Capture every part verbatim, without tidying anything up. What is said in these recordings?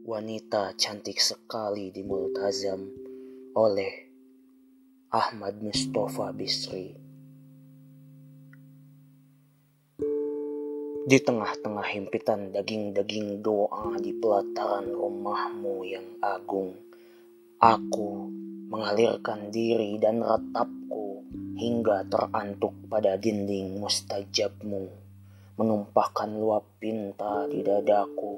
Wanita Cantik Sekali di Multazam oleh Ahmad Mustofa Bisri. Di tengah-tengah himpitan daging-daging doa di pelataran rumahmu yang agung, aku mengalirkan diri dan ratapku hingga terantuk pada dinding mustajabmu, menumpahkan luap pinta di dadaku.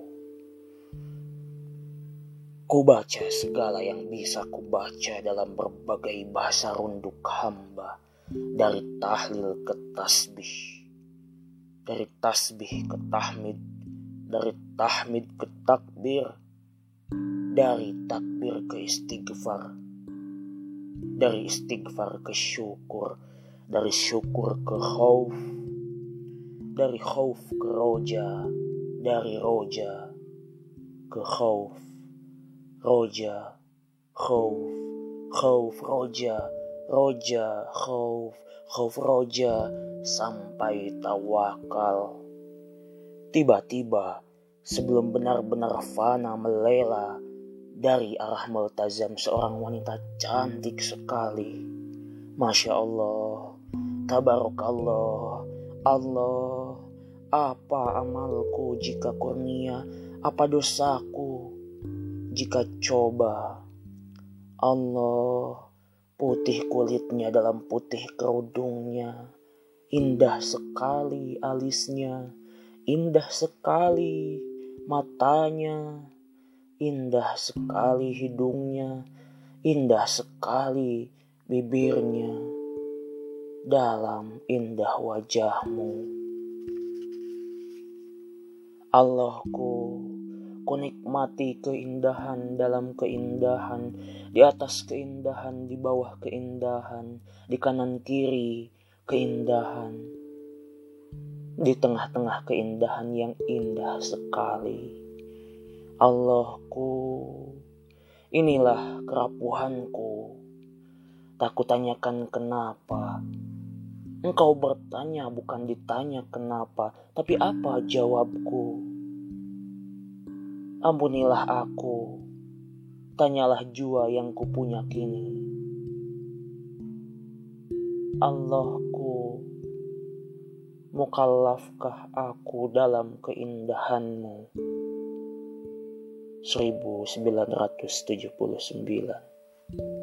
Kubaca segala yang bisa kubaca dalam berbagai bahasa runduk hamba, dari tahlil ke tasbih, dari tasbih ke tahmid, dari tahmid ke takbir, dari takbir ke istighfar, dari istighfar ke syukur, dari syukur ke khauf, dari khauf ke roja, dari roja ke khauf, roja, khauf, khauf, roja, roja, khauf, khauf, roja, sampai tawakal. Tiba-tiba, sebelum benar-benar fana melela, dari arah Multazam seorang wanita cantik sekali. Masya Allah, tabarakallah, Allah, apa amalku jika kurnia, apa dosaku jika coba. Allah, putih kulitnya dalam putih kerudungnya, indah sekali alisnya, indah sekali matanya, indah sekali hidungnya, indah sekali bibirnya, dalam indah wajahmu. Allahku, ku nikmati keindahan dalam keindahan, di atas keindahan, di bawah keindahan, di kanan kiri keindahan, di tengah-tengah keindahan yang indah sekali. Allahku, inilah kerapuhanku. Tak kutanyakan kenapa. Engkau bertanya bukan ditanya kenapa, tapi apa jawabku? Ampunilah aku, tanyalah jua yang kupunya kini. Allahku, mukallafkah aku dalam keindahanmu? seribu sembilan ratus tujuh puluh sembilan